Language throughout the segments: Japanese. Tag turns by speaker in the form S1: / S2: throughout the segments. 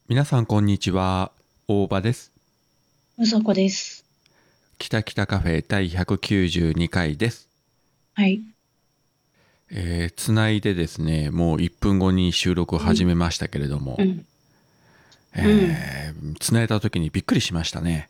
S1: 皆さんこんにちは。大場です。
S2: うさこです。
S1: 北北カフェ第192回です。
S2: はい。
S1: つないでですね、もう1分後に収録を始
S2: うん、
S1: めましたけれども、
S2: うん、うん。
S1: つないだ時にびっくりしましたね。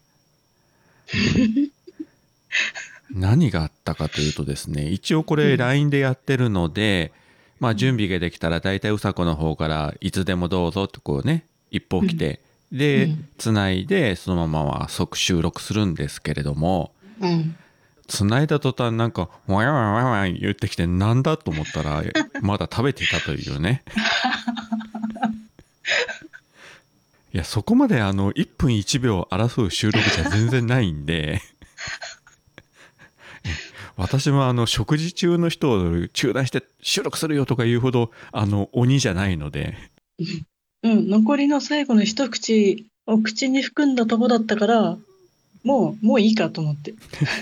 S1: 何があったかというとですね、一応これ
S2: うん、
S1: LINE でやってるので、まあ
S2: うん、
S1: 準備ができたら大体うさこの方からいつでもどうぞとこうね、一報
S2: うん、
S1: 来て、で、
S2: うん、
S1: つないでそのままは即収録するんですけれども、
S2: うん。
S1: 繋いだ途端なんか、わやわやわや言ってきてなんだと思ったら、まだ食べてたというね。いや、そこまで1分1秒争う収録じゃ全然ないんで、私も食事中の人を中断して収録するよとか言うほど、鬼じゃないので。
S2: うん、残りの最後の一口を口に含んだとこだったから、もういいかと思って。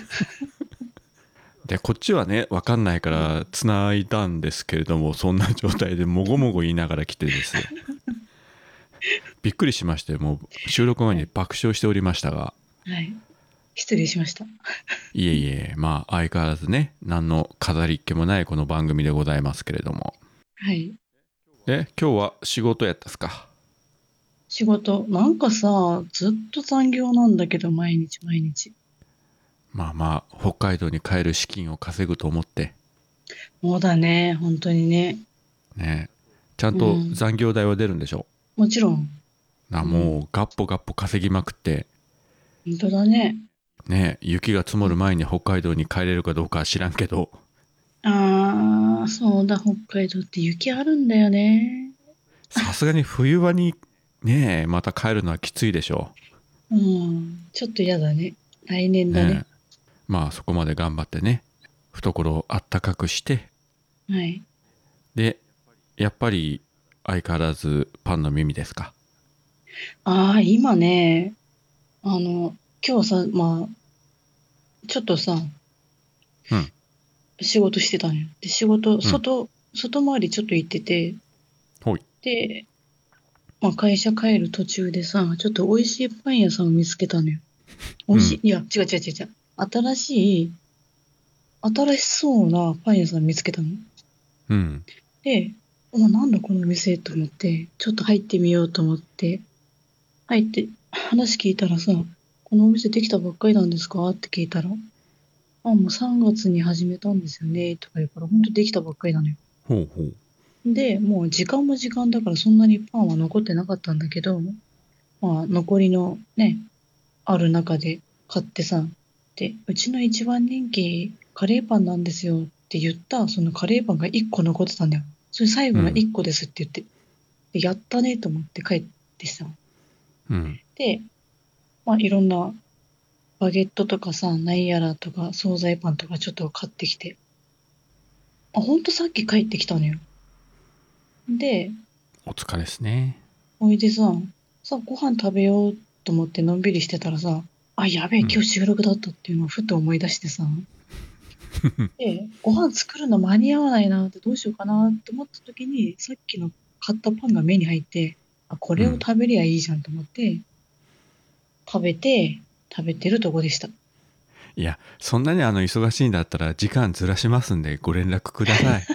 S1: で、こっちはね、わかんないから繋いだんですけれども、そんな状態でもごもご言いながら来てですよ。びっくりしまして、もう収録前に
S2: はい。
S1: 爆笑しておりましたが、
S2: はい。失礼しました。
S1: いえいえ、まあ相変わらずね、何の飾りっ気もないこの番組でございますけれども。
S2: はい。
S1: 今日は仕事やったっすか？
S2: 仕事、なんかさ、ずっと残業なんだけど、毎日毎日。
S1: まあまあ、北海道に帰る資金を稼ぐと思って、
S2: もうだね、本当にね。
S1: ね、ちゃんと
S2: うん。
S1: 残業代は出るんでしょ
S2: もちろん。
S1: な。
S2: うん。
S1: もうガッポガッポ稼ぎまくって、
S2: 本当だね。
S1: ね、雪が積もる
S2: うん。
S1: 前に北海道に帰れるかどうかは知らんけど、
S2: ああ、そうだ、北海道って雪あるんだよね。
S1: さすがに冬場にね、また帰るのはきついでしょ
S2: うん。ちょっと嫌だね。来年
S1: う。
S2: だね。
S1: ね、まあそこまで頑張ってね、懐をあったかくして、
S2: はい。
S1: で、やっぱり相変わらずパンの耳ですか？
S2: ああ、今ね、今日さ、まあ、ちょっとさ、
S1: うん、
S2: 仕事してたのよ。で、仕事、
S1: うん、
S2: 外回りちょっと行ってて、
S1: ほい。
S2: で、まあ、会社帰る途中でさ、ちょっと美味しいパン屋さんを見つけたのよ。美
S1: うん、
S2: 味しい、いや、違う違う違う違う。新しそうなパン屋さん見つけたの。
S1: うん、
S2: で、なんだこの店と思って、ちょっと入ってみようと思って、入って、話聞いたらさ、このお店できたばっかりなんですかって聞いたら、もう3月に始めたんですよね、とか言うから、ほんとできたばっかりなのよ。
S1: ほうほう。
S2: で、もう時間も時間だからそんなにパンは残ってなかったんだけど、まあ残りのね、ある中で買ってさ、で、うちの一番人気、カレーパンなんですよって言った、そのカレーパンが1個残ってたんだよ。それ最後の
S1: うん、
S2: 1個ですって言って、でやったねと思って帰ってさ。
S1: うん。
S2: で、まあいろんなバゲットとかさ、なんやらとか、惣菜パンとかちょっと買ってきて。ほんとさっき帰ってきたのよ。で、
S1: お疲れですね。
S2: おいでさ、ご飯食べようと思ってのんびりしてたらさ、やべえ、
S1: うん。
S2: 今日収録だったっていうのをふと思い出してさ、で、ご飯作るの間に合わないなってどうしようかなって思った時に、さっきの買ったパンが目に入って、これを
S1: うん。
S2: 食べりゃいいじゃんと思って、食べて、食べてるとこでした。
S1: いや、そんなに忙しいんだったら時間ずらしますんでご連絡ください。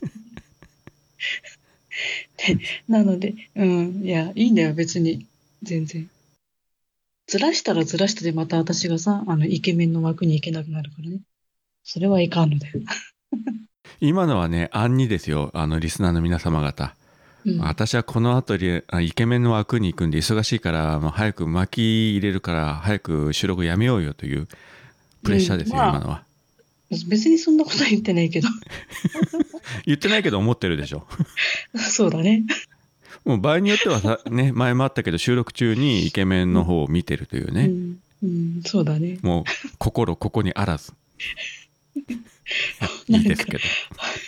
S2: なので、うん、いや、いいんだよ、別に。全然。ずらしたらずらしたでまた私がさ、イケメンの枠に行けなくなるからね。それはいかんのだよ。
S1: 今のはね、案にですよ、リスナーの皆様方。
S2: うん。
S1: 私はこの後でイケメンの枠に行くんで忙しいから、もう早く巻き入れるから早く収録やめようよというプ
S2: うん。
S1: レッシャーですよ、
S2: まあ、
S1: 今のは。
S2: 別にそんなこと言ってないけど。
S1: 言ってないけど思ってるでしょ。
S2: そうだね。
S1: もう場合によってはさ、ね、前もあったけど収録中にイケメン
S2: うん。
S1: の方を見てるというね。
S2: うん。うん。そうだね。
S1: もう心ここにあらず。いい
S2: なんか、
S1: ですけど。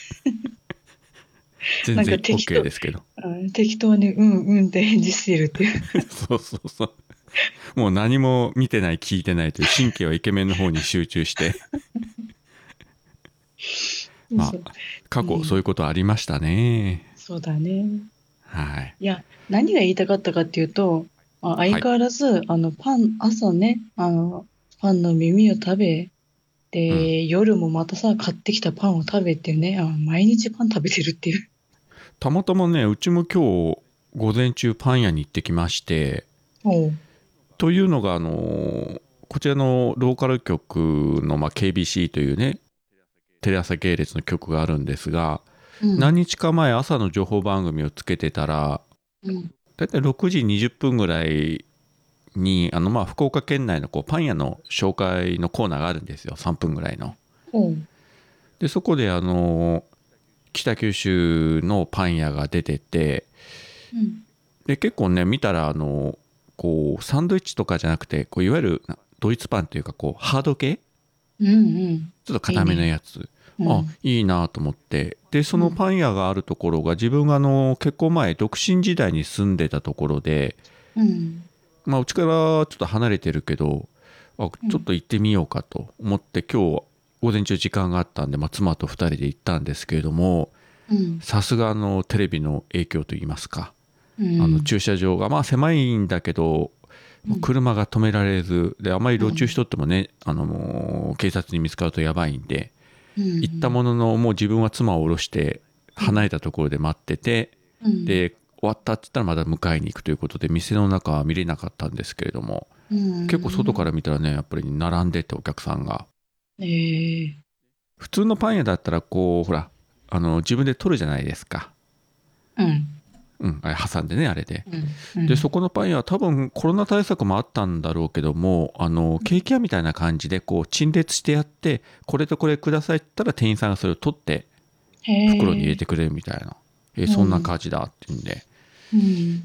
S1: 全
S2: なんか
S1: 然 OK ですけど。
S2: 適当にうんうんって返事してるっていう。
S1: そうそうそう。もう何も見てない聞いてないという神経はイケメンの方に集中して、
S2: そうそう。
S1: まあ過去そういう
S2: うん。
S1: ことありましたね。
S2: そうだね。
S1: はい。
S2: いや、何が言いたかったかっていうと、相
S1: はい。
S2: 変わらず、パン、朝ね、パンの耳を食べ、
S1: うん。
S2: で、夜もまたさ、買ってきたパンを食べてね、毎日パン食べてるっていう。
S1: たまたまね、うちも今日午前中パン屋に行ってきまして、
S2: おう。
S1: というのが、こちらのローカル局の、KBC というね、テレ朝系列の局があるんですが、
S2: うん、
S1: 何日か前朝の情報番組をつけてたら、
S2: うん、
S1: だいたい6時20分ぐらいに、福岡県内のこうパン屋の紹介のコーナーがあるんですよ。3分ぐらいの。
S2: おう。
S1: で、そこで北九州のパン屋が出てて、
S2: うん、
S1: で、結構ね、見たら、こう、サンドイッチとかじゃなくて、こういわゆるドイツパンというか、こう、ハード系
S2: うん、うん。
S1: ちょっと固めの
S2: いいね。
S1: やつ。あ、
S2: うん、
S1: いいなと思って。で、そ
S2: うん、
S1: のパン屋があるところが、自分が結婚前、独身時代に住んでたところで、
S2: うん、
S1: うちからちょっと離れてるけど、ちょっ
S2: うん、
S1: と行ってみようかと思って、今日、午前中時間があったんで、妻と二人で行ったんですけれども、
S2: うん、
S1: さすがテレビの影響といいますか、
S2: うん、
S1: 駐車場が狭いんだけど、
S2: うん、
S1: 車が止められずで、あまり路中し
S2: うん、
S1: とってもね、警察に見つかるとやばいんで、
S2: う
S1: 行った
S2: ん、
S1: ものの、もう自分は妻を降ろして離れたところで待ってて、
S2: うん、
S1: で終わったって言ったらまだ迎えに行くということで、店の中は見れなかったんですけれども、
S2: う
S1: 結構外から
S2: ん。
S1: 見たらね、やっぱり並んでて、お客さんが。
S2: ええ。
S1: 普通のパン屋だったらこうほら、自分で取るじゃないですか。
S2: うん、
S1: うん、あれ挟んでね、あれで。
S2: うん、う
S1: で、そ
S2: ん、
S1: このパン屋は多分コロナ対策もあったんだろうけども、ケーキ屋みたいな感じでこう陳列してやって、これとこれくださいって言ったら店員さんがそれを取って
S2: へ
S1: 袋に入れ
S2: え、
S1: てくれるみたいな。そんな
S2: うん、
S1: 感じだって言うんで。
S2: うん、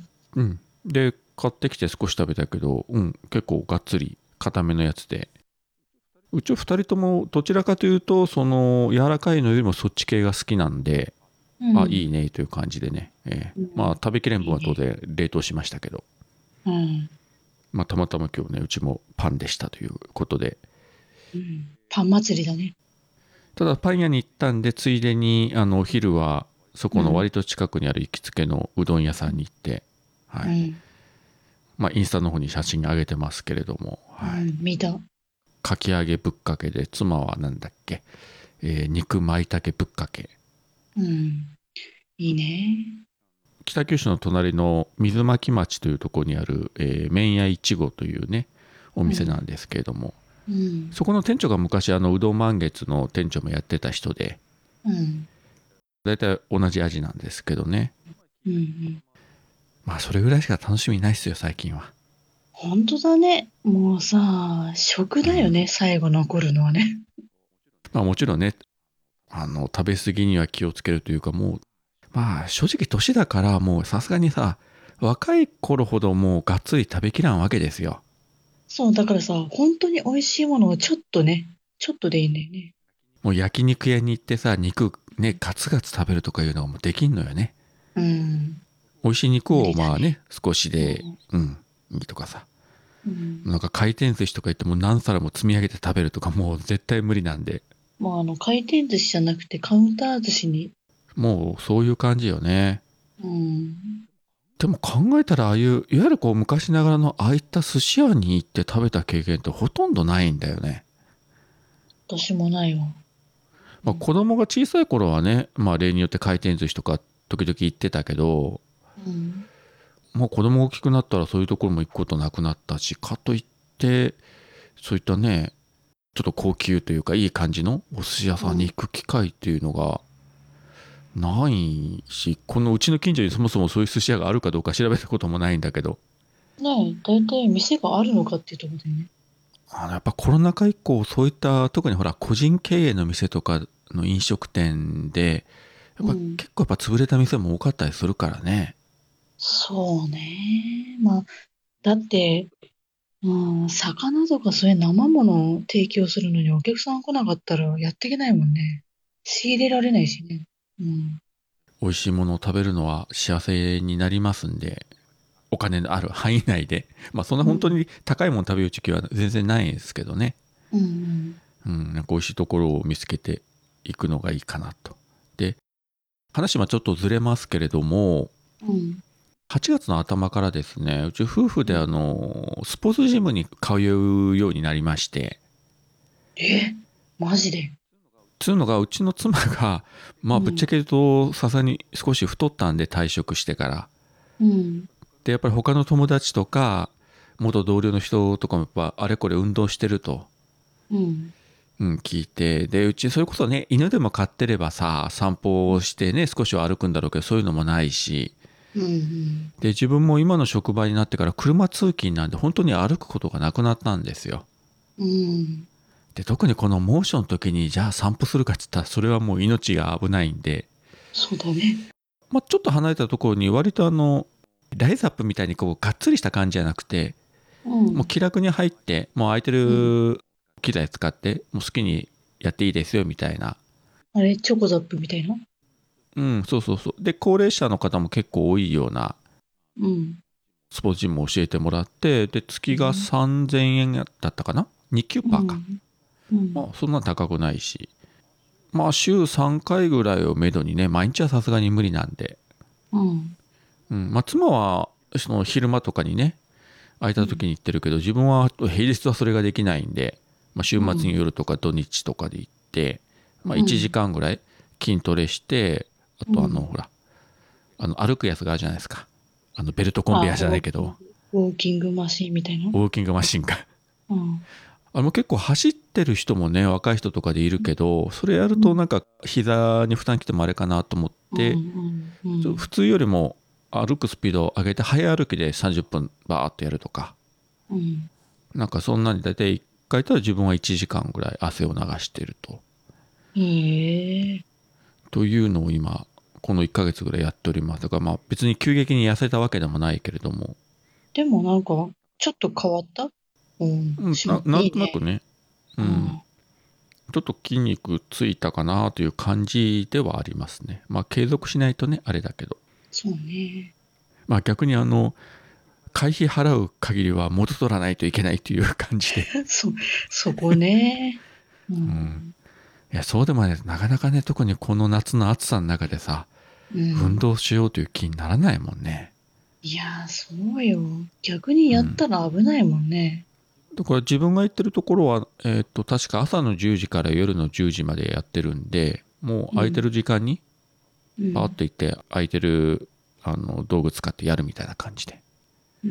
S1: うん。で、買ってきて少し食べたけど、うん、結構がっつり固めのやつで。うち二人ともどちらかというと、その柔らかいのよりもそっち系が好きなんで、あ、い
S2: うん、
S1: いねという感じでね。
S2: うん。
S1: 食べきれん分は当
S2: いいね。
S1: 然冷凍しましたけど、
S2: うん、
S1: たまたま今日ね、うちもパンでしたということで。
S2: うん。パン祭りだね。
S1: ただパン屋に行ったんで、ついでに、お昼はそこの
S2: うん、
S1: 割と近くにある行きつけのうどん屋さんに行って、はい。
S2: うん、
S1: インスタの方に写真上げてますけれども、はい。
S2: うん、見た。
S1: かき揚げぶっかけで、妻はなんだっけ、肉まいたけぶっかけ。
S2: うん。いいね。
S1: 北九州の隣の水巻町というところにある、麺屋いちごというね、お
S2: うん、
S1: 店なんですけれども、
S2: うん、
S1: そこの店長が昔うどん満月の店長もやってた人で、
S2: うん、
S1: だいたい同じ味なんですけどね。
S2: うん、うん。
S1: それぐらいしか楽しみないっすよ、最近は。
S2: 本当だね。もうさ、食
S1: うん。
S2: だよね、最後残るのはね。
S1: もちろんね、食べ過ぎには気をつけるというか、もう、正直年だからもうさすがにさ、若い頃ほどもうがっつり食べきらんわけですよ。
S2: そう、だからさ、本当に美味しいものをちょっとね、ちょっとでいいんだよね。
S1: もう焼肉屋に行ってさ、肉ね、ガツガツ食べるとかいうのがもうできんのよね。
S2: うん、
S1: 美味しい肉
S2: 無
S1: を
S2: 理だね。
S1: 少しで、
S2: うん、
S1: うん、いいとかさ。
S2: うん。
S1: なんか回転寿司とか言っても何皿も積み上げて食べるとかもう絶対無理なんで。
S2: もう回転寿司じゃなくてカウンター寿司に。
S1: もうそういう感じよね。
S2: うん。
S1: でも考えたらああいう、いわゆるこう昔ながらのああいった寿司屋に行って食べた経験ってほとんどないんだよね。
S2: 私もないわ。うん。
S1: 子供が小さい頃はね、例によって回転寿司とか時々行ってたけど、
S2: うん。
S1: もう子供が大きくなったらそういうところも行くことなくなったし、かといって、そういったね、ちょっと高級というかいい感じのお寿司屋さんに
S2: うん。
S1: 行く機会っていうのがないし、このうちの近所にそもそもそういう寿司屋があるかどうか調べたこともないんだけど、
S2: ねえ、だいたい店があるのかっていうところだよね。
S1: やっぱコロナ禍以降、そういった特にほら個人経営の店とかの飲食店で、やっぱ
S2: うん。
S1: 結構やっぱ潰れた店も多かったりするからね。
S2: そうね。まあ、だって、うん、魚とかそういう生ものを提供するのにお客さん来なかったらやっていけないもんね。仕入れられないしね。うん。
S1: 美味しいものを食べるのは幸せになりますんで、お金のある範囲内で。そんな
S2: うん。
S1: 本当に高いもの食べる時期は全然ないですけどね。
S2: うん。
S1: うん、なんか美味しいところを見つけていくのがいいかなと。で、話はちょっとずれますけれども、
S2: うん。
S1: 8月の頭からですね、うち夫婦でスポーツジムに通うようになりまして、
S2: え、マジで？
S1: つうのがうちの妻が、まあぶっちゃ
S2: うん。
S1: け言うとさすがに少し太ったんで退職してから。
S2: うん。
S1: で、やっぱり他の友達とか、元同僚の人とかもやっぱあれこれ運動してると、
S2: うん。
S1: 聞いて、で、うちそれこそね、犬でも飼ってればさ、散歩をしてね、少しは歩くんだろうけど、そういうのもないし、
S2: うん。
S1: で、自分も今の職場になってから車通勤なんで本当に歩くことがなくなったんですよ。
S2: うん。
S1: で、特にこの猛暑の時にじゃあ散歩するかっつったらそれはもう命が危ないんで、
S2: そうだね。
S1: まあ、ちょっと離れたところに割とライズアップみたいにこうがっつりした感じじゃなくて、もう
S2: うん。
S1: 気楽に入ってもう空いて
S2: うん。
S1: る機材使ってもう好きにやっていいですよみたいな。
S2: あれ、チョコザップみたいな？
S1: うん、そうそうそう。で、高齢者の方も結構多いような
S2: うん。
S1: スポーツジムを教えてもらって、で、月が
S2: うん。
S1: 3000円だったかな？ 2 キュッパーか。
S2: うん。うん。
S1: まあ、そんな高くないし。まあ、週3回ぐらいをめどにね、毎日はさすがに無理なんで。
S2: うん。
S1: うん、まあ、妻は、その昼間とかにね、空いた時に行ってるけど、自分は平日はそれができないんで、まあ、週末に
S2: うん。
S1: 夜とか土日とかで行って、まあ、1
S2: うん。
S1: 時間ぐらい筋トレして、あと
S2: うん。
S1: ほら、歩くやつがあるじゃないですか。ベルトコンベヤー
S2: あ、
S1: じゃないけど、
S2: ウォーキングマシーンみたいな？
S1: ウォーキングマシンか。
S2: うん。
S1: 結構走ってる人もね、若い人とかでいるけど、それやる
S2: うん。
S1: となんか膝に負担きてもあれかなと思っ
S2: う
S1: て、
S2: ん。うん。
S1: 普通よりも歩くスピードを上げて早歩きで30分バーっとやるとか、
S2: うん。
S1: なんかそんなに大体1回たら自分は1時間ぐらい汗を流していると。
S2: へえ。
S1: というのを今、この1ヶ月ぐらいやっております。だからまあ別に急激に痩せたわけでもないけれども、
S2: でもなんか、ちょっと変わった？うん。
S1: うん、なん
S2: いいね。
S1: となくね、うん、
S2: うん。
S1: ちょっと筋肉ついたかなという感じではありますね。まあ継続しないとね、あれだけど。
S2: そうね。
S1: まあ逆に会費払う限りは元取らないといけないという感じで。
S2: そこね。う
S1: うん。
S2: ん。
S1: いや、そうでもね、なかなかね、特にこの夏の暑さの中でさ、
S2: うん。
S1: 運動しようという気にならないもんね。
S2: いやー、そうよ。逆にやっ
S1: うん。
S2: たら危ないもんね。
S1: だから自分が行ってるところは、確か朝の10時から夜の10時までやってるんで、もう空いてる
S2: うん。
S1: 時間にパーッ
S2: うん。
S1: と行って空いてる道具使ってやるみたいな感じで。
S2: うん。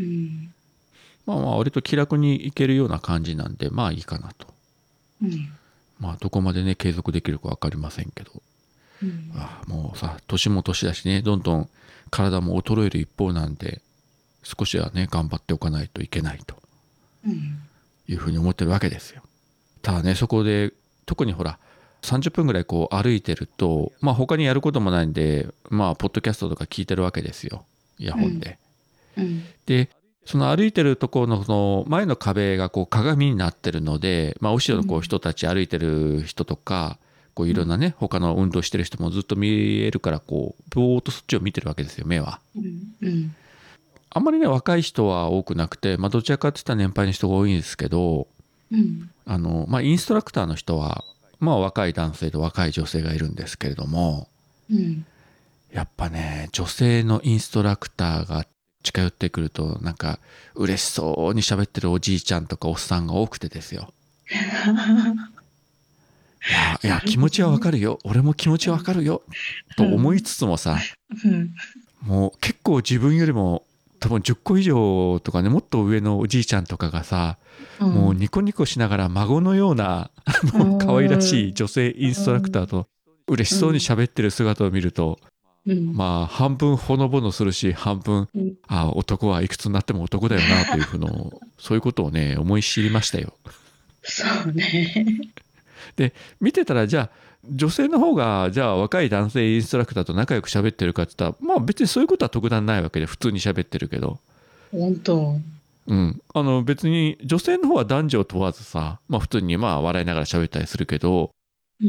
S1: まあまあ割と気楽に行けるような感じなんで、まあいいかなと。
S2: うん。
S1: まあどこまでね、継続できるか分かりませんけど。
S2: うん。
S1: もうさ、年も年だしね、どんどん体も衰える一方なんで、少しはね、頑張っておかないといけないと
S2: うん。
S1: いうふうに思ってるわけですよ。ただね、そこで、特にほら、30分ぐらいこう歩いてると、まあ他にやることもないんで、まあ、ポッドキャストとか聞いてるわけですよ。イヤ
S2: うん。
S1: ホンで。
S2: うん。
S1: で、その歩いてるところのその前の壁がこう鏡になってるので、まあ後ろのこう人たち歩いてる人とか、こうい
S2: うん。
S1: ろんなね、他の運動してる人もずっと見えるから、こう、ぼーっとそっちを見てるわけですよ、目は。
S2: うん。うん。
S1: あんまりね、若い人は多くなくて、まあどちらかって言ったら年配の人が多いんですけど、
S2: うん。
S1: まあインストラクターの人は、まあ若い男性と若い女性がいるんですけれども、
S2: うん。
S1: やっぱね、女性のインストラクターが近寄ってくると、なんか嬉しそうに喋ってるおじいちゃんとかおっさんが多くてですよ。いや、いや、
S2: なる
S1: 気持ちはわ
S2: ほどね。
S1: かるよ。俺も気持ちはわかるよ。と思い
S2: うん。
S1: つつもさ、
S2: うん。
S1: もう結構自分よりも多分10個以上とかね、もっと上のおじいちゃんとかがさ、
S2: うん。
S1: もうニコニコしながら孫のような、
S2: う
S1: 可愛ら
S2: ん。
S1: しい女性インストラクターと嬉しそうに喋ってる姿を見ると、
S2: うん。
S1: まあ、半分ほのぼのするし、半分、
S2: うん。
S1: ああ、男はいくつになっても男だよな、というふうの、そういうことをね、思い知りましたよ。
S2: そうね。
S1: で、見てたら、じゃあ、女性の方が、じゃあ、若い男性インストラクターと仲良く喋ってるかって言ったら、まあ別にそういうことは特段ないわけで、普通に喋ってるけど、
S2: 本当。
S1: うん。別に、女性の方は男女を問わずさ、まあ普通にまあ笑いながら喋ったりするけど、
S2: うん。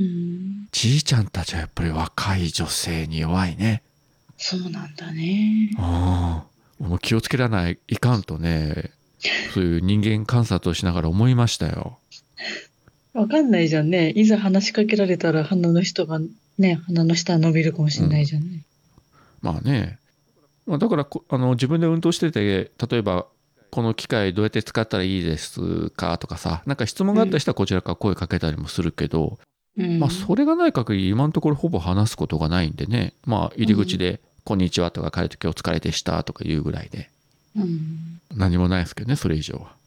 S1: じいちゃんたちはやっぱり若い女性に弱いね。
S2: そうなんだね。
S1: ああ、もう気をつけらないかんとね、そういう人間観察をしながら思いましたよ。
S2: わかんないじゃんね。いざ話しかけられたら鼻の下がね、鼻の下伸びるかもしれな
S1: うん。
S2: いじゃんね。
S1: まあね。 まあ、だから自分で運動してて、例えばこの機械どうやって使ったらいいですかとかさ、なんか質問があった人はこちらから声かけたりもするけど、まあそれがない限り今のところほぼ話すことがないんでね、まあ入り口で「こんにちは」とか「帰るときお疲れでした」とか言うぐらいで、何もないですけどね、それ以上は。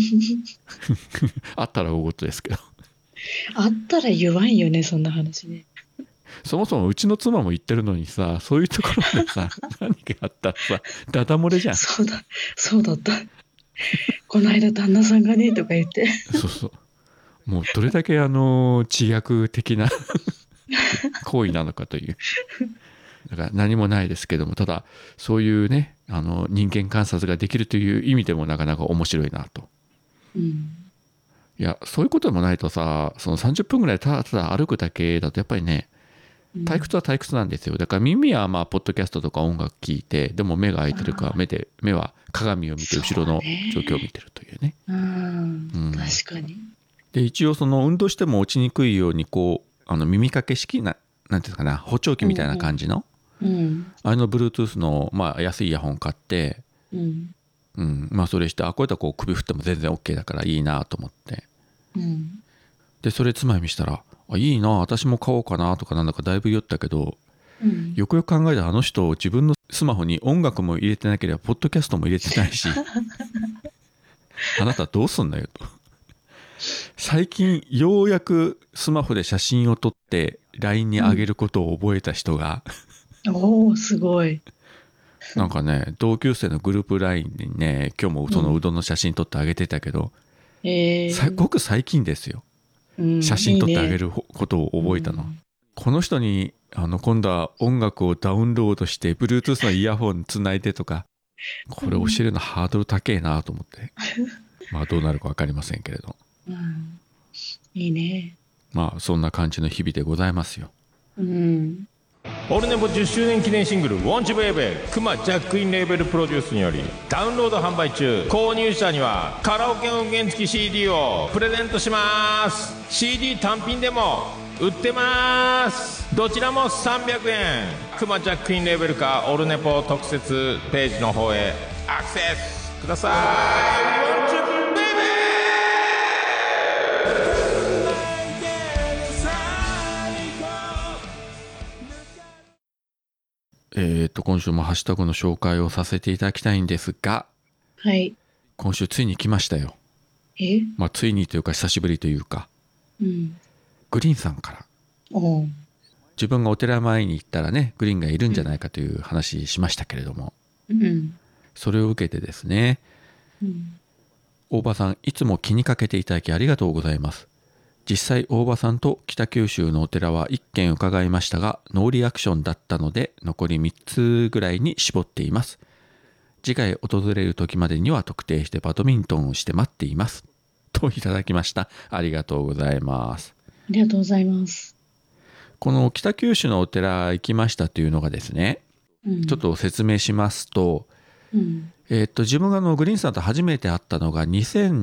S1: あったら大事ですけど。
S2: あったら言わんよね、そんな話ね。
S1: そもそもうちの妻も言ってるのにさ、そういうところでさ何かあったらさ、ダダ漏れじゃん。
S2: そうだった。この間旦那さんがねとか言って。
S1: そうそう。もうどれだけ自虐的な行為なのかという。だから何もないですけども、ただそういうね、人間観察ができるという意味でもなかなか面白いなと。いや、そういうことでもないとさ、その30分ぐらいただただ歩くだけだとやっぱりね、退屈は退屈なんですよ。だから耳はまあポッドキャストとか音楽聴いて、でも目が開いてるから目は鏡を見て後ろの状況を見てるというね。
S2: 確かに。
S1: で一応その運動しても落ちにくいようにこう耳掛け式なんていうんですかな、補聴器みたいな感じの、あれの Bluetooth のまあ安いイヤホン買って、まあそれして、こうやったらこう首振っても全然 OK だからいいなと思って、でそれ妻に見したらいいな、私も買おうかなとかなんだかだいぶ酔ったけど、よくよく考えたらあの人自分のスマホに音楽も入れてなければポッドキャストも入れてないしあなたどうすんだよと。最近ようやくスマホで写真を撮って LINE に上げることを覚えた人が、
S2: おお、すごい。
S1: なんかね、同級生のグループ LINE にね、今日もそのうどんの写真撮ってあげてたけど、ごく最近ですよ、写真撮ってあげることを覚えたの。この人に今度は音楽をダウンロードして Bluetooth のイヤホンつないでとか、これ教えるのハードル高えなと思ってまあどうなるか分かりませんけれど、
S2: いいね。
S1: まあそんな感じの日々でございますよ。
S3: オルネポ10周年記念シングル「ウォンチベイベー」クマジャックインレーベルプロデュースによりダウンロード販売中。購入者にはカラオケ音源付き CD をプレゼントします。 CD 単品でも売ってます。どちらも300円。クマジャックインレーベルかオルネポ特設ページの方へアクセスください。ウォンチベイベ
S1: 今週もハッシュタグの紹介をさせていただきたいんですが、
S2: はい。
S1: 今週ついに来ましたよ。まあついにというか久しぶりというか、グリーンさんから自分がお寺前に行ったらね、グリーンがいるんじゃないかという話しましたけれども、それを受けてですね、大場さんいつも気にかけていただきありがとうございます。実際大場さんと北九州のお寺は1軒伺いましたがノーリアクションだったので残り3つぐらいに絞っています。次回訪れる時までには特定してバドミントンをして待っていますといただきました。ありがとうございます。
S2: ありがとうございます。
S1: この北九州のお寺行きましたというのがですね、ちょっと説明しますと、自分がグリーンさんと初めて会ったのが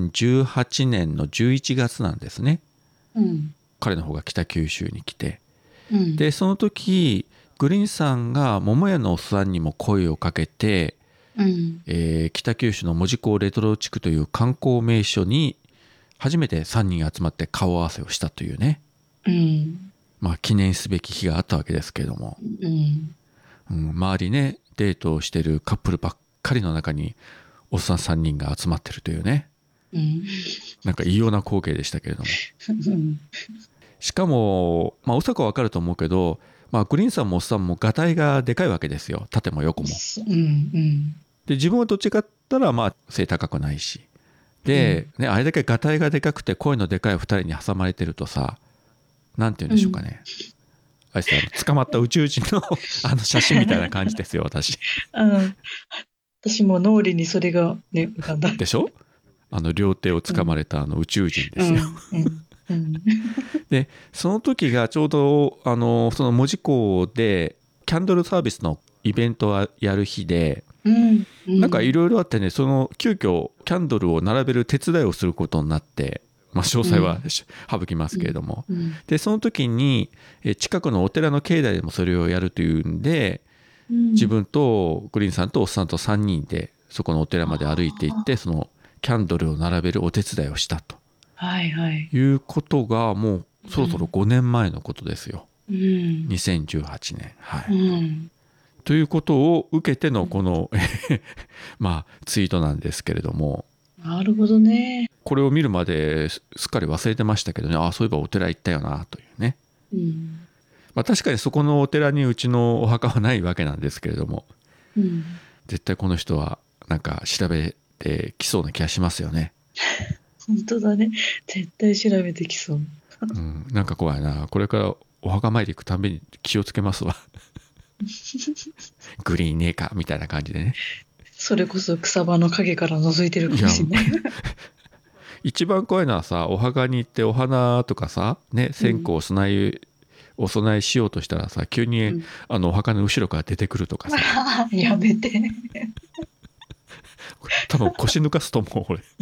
S1: 2018年の11月なんですね。彼の方が北九州に来て、でその時グリーンさんが桃屋のおっさんにも声をかけて、北九州の門司港レトロ地区という観光名所に初めて3人集まって顔合わせをしたというね、まあ記念すべき日があったわけですけれども、周りねデートをしてるカップルばっかりの中におっさん3人が集まってるというね、なんか異様な光景でしたけれどもしかも、まあ、おそらくは分かると思うけど、まあ、グリーンさんもおっさんもがたいがでかいわけですよ、縦も横も。で自分はどっちかって言ったらまあ背高くないしで、あれだけがたいがでかくて声のでかい2人に挟まれてるとさ、なんて言うんでしょうかね、あれさ捕まった宇宙人の写真みたいな感じですよ私。
S2: 私も脳裏にそれがね浮かんだ
S1: でしょ、両手を掴まれた宇宙人ですよ。でその時がちょうどその門司港でキャンドルサービスのイベントをやる日で、なんかいろいろあってね、その急遽キャンドルを並べる手伝いをすることになって、まあ、詳細は省きますけれども、でその時に近くのお寺の境内でもそれをやるというんで、 自分とグリーンさんとおっさんと3人でそこのお寺まで歩いていってそのキャンドルを並べるお手伝いをしたと
S2: はいはい。
S1: いうことがもうそろそろ5年前のことですよ。
S2: うん。
S1: 2018年。は
S2: う
S1: い。
S2: ん。
S1: ということを受けてのこのまあツイートなんですけれども、
S2: なるほどね。
S1: これを見るまですっかり忘れてましたけどね、ああそういえばお寺行ったよなというね。
S2: うん。
S1: まあ確かにそこのお寺にうちのお墓はないわけなんですけれども、
S2: うん。
S1: 絶対この人はなんか調べてきそうな気がしますよね。
S2: 本当だね。絶対調べてきそう。
S1: うん、なんか怖いな。これからお墓参り行くたんびに気をつけますわ。グリーンねえかみたいな感じでね。
S2: それこそ草場の陰から覗いてるかもしれない。
S1: 一番怖いのはさ、お墓に行ってお花とかさ、ね、線香お供えしようとしたらさ、急に、
S2: うん、
S1: お墓の後ろから出てくるとかさ、
S2: やめて。
S1: 多分腰抜かすと思う俺。い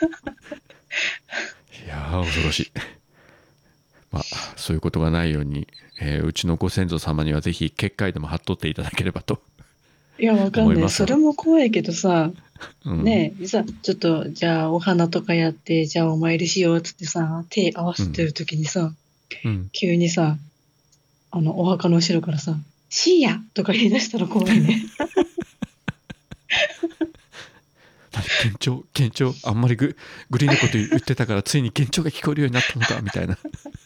S1: やー恐ろしい。まあそういうことがないように、うちのご先祖様にはぜひ結界でも貼っとっていただければと。
S2: いや、わかんない。
S1: 思いますわ
S2: それも怖いけどさ、
S1: うん
S2: ねえ、さ、ちょっと、じゃあ、お花とかやって、じゃあ、お参りしようっつってさ、手合わせてる時にさ、
S1: うん、
S2: 急にさ、お墓の後ろからさ、シーヤとか言い出したら怖いね。
S1: 幻聴あんまりグリーンのこと言ってたからついに幻聴が聞こえるようになったのかみたいな。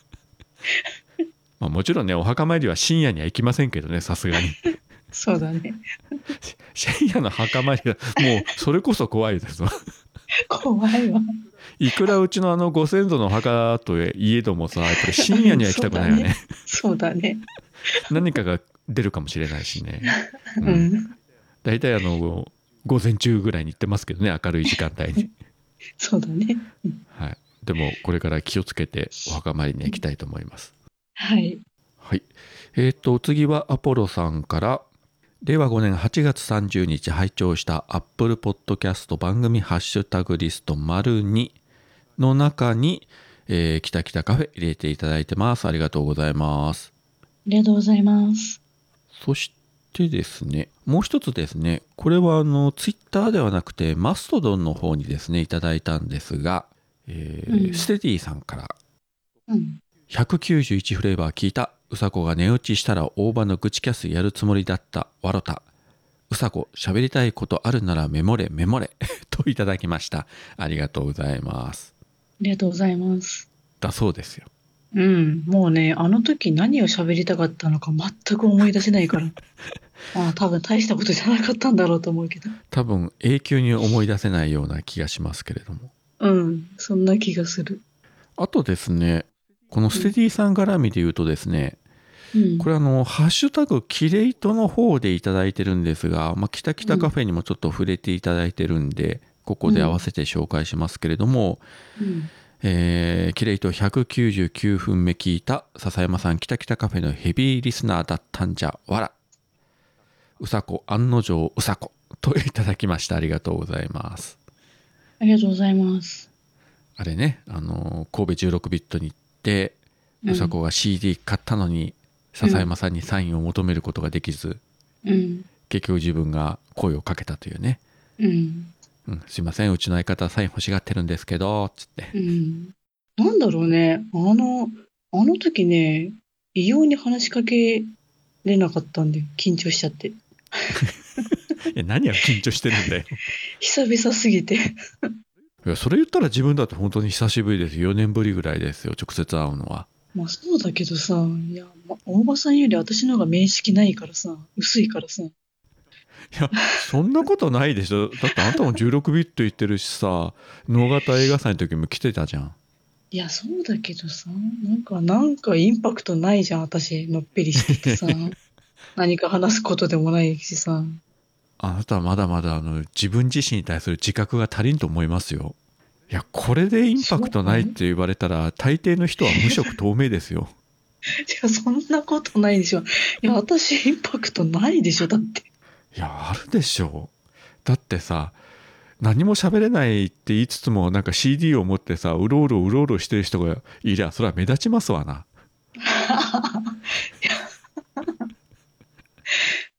S1: まあもちろんねお墓参りは深夜には行きませんけどね、さすがに。
S2: そうだね。
S1: 深夜の墓参りはもうそれこそ怖いですわ。
S2: 怖いわ。
S1: いくらうちのご先祖のお墓といえどもさ、やっぱり深夜には行きたくないよね。
S2: そうだね。
S1: 何かが出るかもしれないしね。
S2: うん。
S1: 大体午前中ぐらいに行ってますけどね、明るい時間帯に。
S2: そうだね。
S1: はい。でもこれから気をつけてお墓参りに行きたいと思います。
S2: はい。
S1: はい。次はアポロさんから、令和5年8月30日拝聴したアップルポッドキャスト番組ハッシュタグリスト②の中に、きたきたカフェ入れていただいてます。ありがとうございます。
S2: ありがとうございます。
S1: そしてですね、もう一つですね、これはツイッターではなくてマストドンの方にですね、いただいたんですが、ステディさんから、
S2: うん。
S1: 191フレーバー聞いた。うさこが寝落ちしたら大場の愚痴キャスやるつもりだったわろた。うさこ喋りたいことあるならメモれメモれといただきました。ありがとうございます。
S2: ありがとうございます。
S1: だそうですよ。
S2: うん。もうね、あの時何を喋りたかったのか全く思い出せないから。ああ、多分大したことじゃなかったんだろうと思うけど。
S1: 多分永久に思い出せないような気がしますけれども。
S2: うん。そんな気がする。
S1: あとですね、このステディさん絡みで言うとですね、
S2: うん。
S1: これハッシュタグキレイトの方でいただいてるんですが、キタキタカフェにもちょっと触れていただいてるんで、ここで合わせて紹介しますけれども、
S2: うん
S1: キレイト199分目聞いた笹山さん、キタキタカフェのヘビーリスナーだったんじゃわら。うさこ案の定うさこといただきました。ありがとうございます。
S2: ありがとうございます。
S1: あれね、神戸16ビットに行ってうさこが CD 買ったのに、笹山さんにサインを求めることができず、
S2: うん。
S1: 結局自分が声をかけたというね。
S2: うん。
S1: すいません、うちの相方サイン欲しがってるんですけどつって、
S2: うん。なんだろうね。あの時ね、異様に話しかけれなかったんで、緊張しちゃって。
S1: いや何が緊張してるんだよ。
S2: 久々すぎて。
S1: いやそれ言ったら自分だって本当に久しぶりです。4年ぶりぐらいですよ、直接会うのは。
S2: まあそうだけどさ、いや、大場さんより私の方が面識ないからさ、薄いからさ。
S1: いやそんなことないでしょ。だってあんたも16ビット言ってるしさ、能形映画祭の時も来てたじゃん。
S2: いや、そうだけどさ、なんかインパクトないじゃん、私。のっぺりしててさ。何か話すことでもないしさ。
S1: あなたはまだまだ自分自身に対する自覚が足りんと思いますよ。いやこれでインパクトないって言われたら大抵の人は無色透明ですよ。
S2: いや、そんなことないでしょ。いや、私インパクトないでしょ、だって。
S1: いやあるでしょう。だってさ、何も喋れないって言いつつもなんか CD を持ってさうろうろしてる人がいりゃそれは目立ちますわな。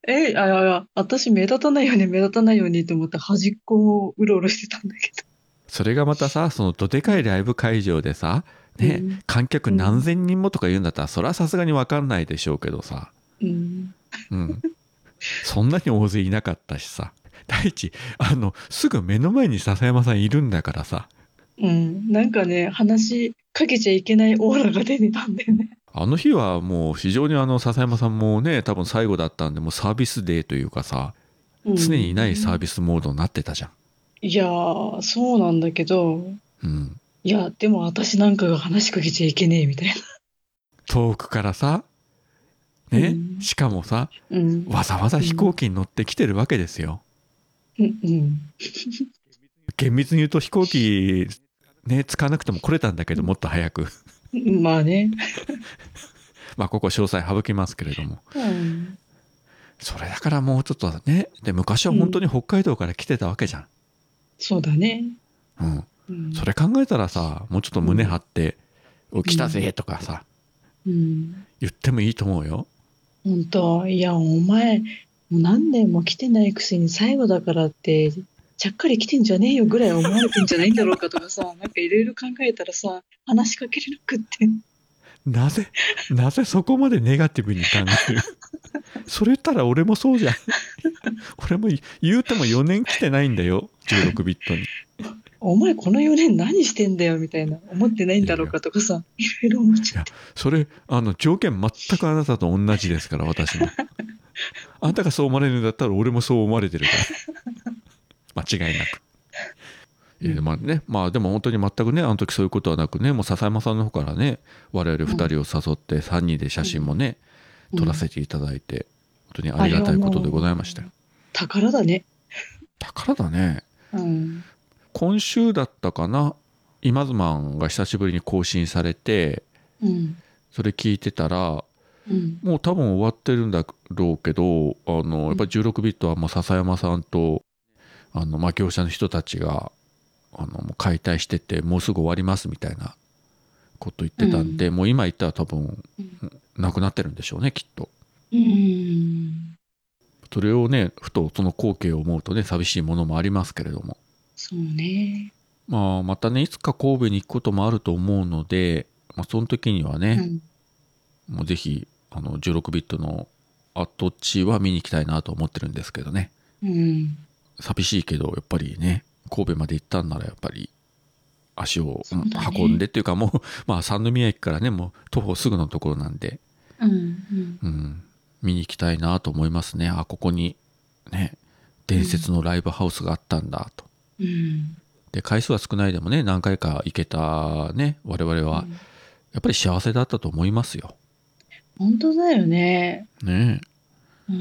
S2: 私目立たないように目立たないようにと思って端っこをうろうろしてたんだけ
S1: それがまたさ、そのどでかいライブ会場でさ、
S2: ど。
S1: ね、観客何千人もとか言うんだったら、それはさすがに分かんないでしょうけどさ、
S2: うん。
S1: うん、そんなに大勢いなかったしさ、第一すぐ目の前に笹山さんいるんだからさ、
S2: うん。なんかね、話しかけちゃいけないオーラが出てたんだよね。
S1: あの日はもう非常に笹山さんもね、多分最後だったんで、もうサービスデーというかさ、
S2: うん。
S1: 常にないサービスモードになってたじゃん。
S2: いやー、そうなんだけど、
S1: うん、
S2: いや、でも私なんかが話しかけちゃいけねえみたいな。
S1: 遠くからさ、ね、
S2: うん
S1: しかもさ、
S2: うん。
S1: わざわざ飛行機に乗ってきてるわけですよ。
S2: うんうん。
S1: 厳密に言うと飛行機ね、使わなくても来れたんだけど、もっと早く。
S2: まあね。
S1: まあここ詳細省きますけれども。
S2: うん。
S1: それだからもうちょっとね、で昔は本当に北海道から来てたわけじゃん。
S2: そうだね。
S1: うん。
S2: うん。
S1: それ考えたらさ、もうちょっと胸張って「お来たぜ」とかさ、
S2: うん。
S1: 言ってもいいと思うよ。
S2: 本当、いや、お前、もう何年も来てないくせに最後だからって、ちゃっかり来てんじゃねえよぐらい思われてんじゃないんだろうかとかさ、なんかいろいろ考えたらさ、話しかけれなくって。
S1: なぜそこまでネガティブに考える。それ言ったら俺もそうじゃん。俺も言うても4年来てないんだよ、16ビットに。
S2: お前この4年何してんだよみたいな、思ってないんだろうかとかさ、いろいろ思っちゃって。
S1: それ条件全くあなたと同じですから、私も。あんたがそう思われるんだったら俺もそう思われてるから間違いなく。まあね、まあでも本当に全くね、あの時そういうことはなくね、もう笹山さんの方からね、我々2人を誘って3人で写真もね、撮らせていただいて、本当にありがたいことでございましたよ。
S2: 宝だね。
S1: 宝だね。
S2: うん。
S1: 今週だったかな、今妻が久しぶりに更新されて、
S2: うん。
S1: それ聞いてたら、
S2: うん。
S1: もう多分終わってるんだろうけど、やっぱり16ビットはもう笹山さんとまあ業者の人たちがもう解体してて、もうすぐ終わりますみたいなこと言ってたんで、もう今言ったら多分なくなってるんでしょうね、きっと。
S2: うん。
S1: それをね、ふとその光景を思うとね、寂しいものもありますけれども、
S2: そうね。
S1: まあまたね、いつか神戸に行くこともあると思うので、まあ、その時にはね、もうぜひ16ビットの跡地は見に行きたいなと思ってるんですけどね。
S2: うん。
S1: 寂しいけどやっぱりね、神戸まで行ったんならやっぱり足を
S2: そうだね
S1: 運んでっていうか、もうまあ三宮駅からね、もう徒歩すぐのところなんで、
S2: うん。
S1: 見に行きたいなと思いますね。ここにね、伝説のライブハウスがあったんだと。
S2: うん。
S1: で回数は少ないでもね、何回か行けたね、我々はやっぱり幸せだったと思いますよ。
S2: 本当だよね。
S1: ね
S2: うん。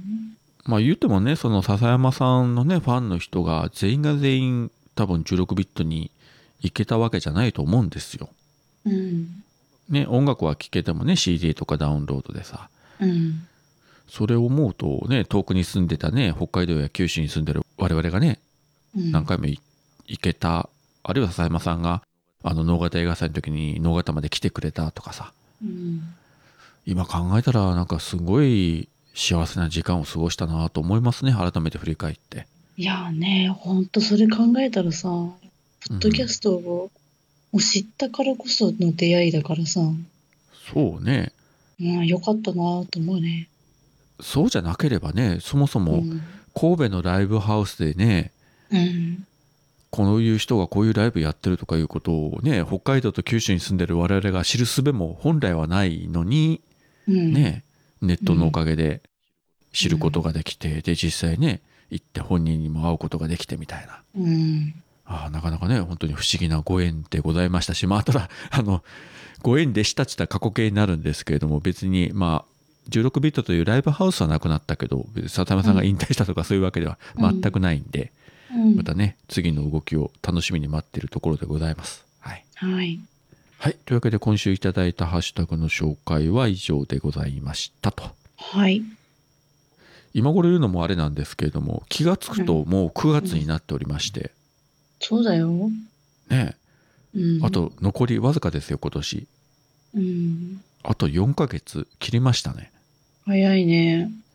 S1: まあ言ってもね、その笹山さんのねファンの人が全員が全員多分16ビットに行けたわけじゃないと思うんですよ。
S2: うん。
S1: ね、音楽は聴けてもね、 CD とかダウンロードでさ、
S2: うん。
S1: それを思うとね、遠くに住んでたね、北海道や九州に住んでる我々がね、何回も行けた、あるいは笹山さんが能形映画祭の時に能形まで来てくれたとかさ、
S2: うん。
S1: 今考えたらなんかすごい幸せな時間を過ごしたなと思いますね、改めて振り返って。
S2: いやーね、ほんとそれ考えたらさ、ポッドキャストを知ったからこその出会いだからさ、
S1: そうね。
S2: よかったなと思うね。
S1: そうじゃなければね、そもそも神戸のライブハウスでね、こういう人がこういうライブやってるとかいうことをね、北海道と九州に住んでる我々が知る術も本来はないのに、ね、ネットのおかげで知ることができて、で実際ね行って本人にも会うことができてみたいな、なかなかね本当に不思議なご縁でございましたし、まあただご縁でしたって言ったら過去形になるんですけれども、別にまあ16ビットというライブハウスはなくなったけど、笹山さんが引退したとかそういうわけでは全くないんで、またね次の動きを楽しみに待っているところでございます。はい、
S2: はい
S1: というわけで今週いただいたハッシュタグの紹介は以上でございましたと。
S2: はい。
S1: 今頃言うのもあれなんですけれども、気がつくともう9月になっておりまして、
S2: そうだよ。
S1: ね、あと残りわずかですよ今年。あと4ヶ月切りましたね。
S2: 早いね。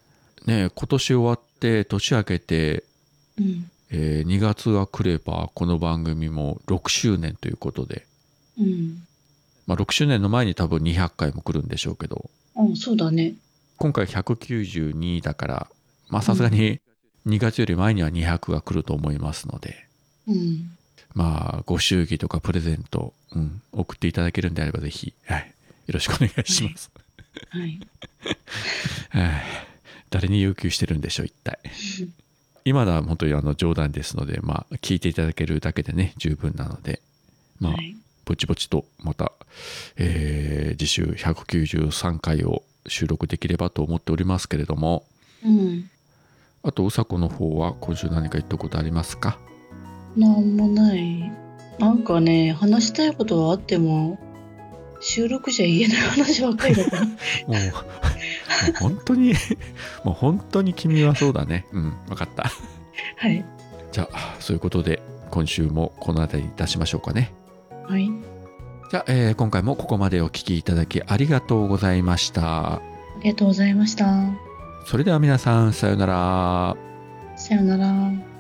S1: ね、今年終わって年明けて、
S2: うん。
S1: 2月が来ればこの番組も6周年ということで、
S2: うん。
S1: まあ、6周年の前に多分200回も来るんでしょうけど、
S2: あ、そうだね。
S1: 今回192だからまあさすがに2月より前には200が来ると思いますので、
S2: うん。
S1: まあご祝儀とかプレゼント、送っていただけるんであればぜひ、はい、よろしくお願いします、
S2: はい。
S1: はい、誰に要求してるんでしょう一体。今のは本当に冗談ですので、まあ聞いていただけるだけでね十分なので、まあ、
S2: はい。
S1: ぼちぼちとまた、次週193回を収録できればと思っておりますけれども、
S2: うん。
S1: あとうさこの方は今週何か言ったことありますか？
S2: なんもない。なんかね、話したいことはあっても、収録じゃ言えない話ばっかりだから。
S1: もう本当にもう本当に君はそうだね。分かった。
S2: はい。
S1: じゃあそういうことで今週もこの辺りにいたしましょうかね。
S2: はい。
S1: じゃあ、今回もここまでお聞きいただきありがとうございました。
S2: ありがとうございました。
S1: それでは皆さんさようなら。
S2: さよなら。